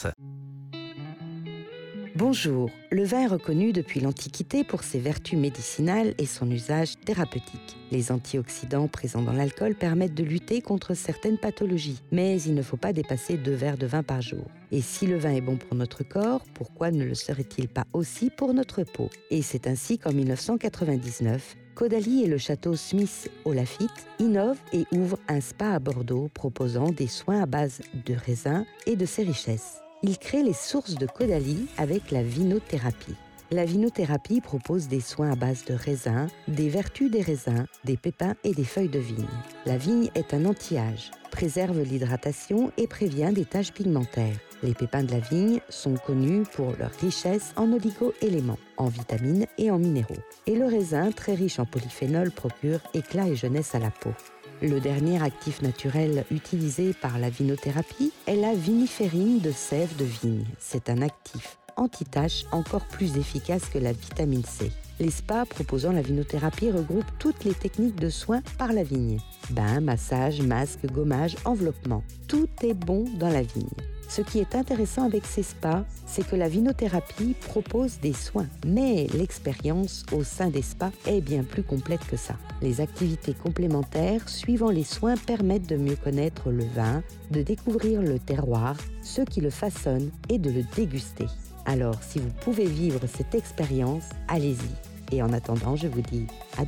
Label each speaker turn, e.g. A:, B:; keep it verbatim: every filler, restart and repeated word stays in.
A: France.
B: Bonjour, le vin est reconnu depuis l'Antiquité pour ses vertus médicinales et son usage thérapeutique. Les antioxydants présents dans l'alcool permettent de lutter contre certaines pathologies, mais il ne faut pas dépasser deux verres de vin par jour. Et si le vin est bon pour notre corps, pourquoi ne le serait-il pas aussi pour notre peau? Et c'est ainsi qu'en dix-neuf cent quatre-vingt-dix-neuf, Caudalie et le château Smith au Laffitte innovent et ouvrent un spa à Bordeaux proposant des soins à base de raisins et de ses richesses. Ils créent les sources de Caudalie avec la vinothérapie. La vinothérapie propose des soins à base de raisins, des vertus des raisins, des pépins et des feuilles de vigne. La vigne est un anti-âge, préserve l'hydratation et prévient des taches pigmentaires. Les pépins de la vigne sont connus pour leur richesse en oligo-éléments, en vitamines et en minéraux. Et le raisin, très riche en polyphénol, procure éclat et jeunesse à la peau. Le dernier actif naturel utilisé par la vinothérapie est la viniférine de sève de vigne. C'est un actif anti-tache encore plus efficace que la vitamine C. Les spas proposant la vinothérapie regroupent toutes les techniques de soins par la vigne. Bain, massage, masque, gommage, enveloppement. Tout est bon dans la vigne. Ce qui est intéressant avec ces spas, c'est que la vinothérapie propose des soins, mais l'expérience au sein des spas est bien plus complète que ça. Les activités complémentaires suivant les soins permettent de mieux connaître le vin, de découvrir le terroir, ce qui le façonne et de le déguster. Alors, si vous pouvez vivre cette expérience, allez-y. Et en attendant, je vous dis à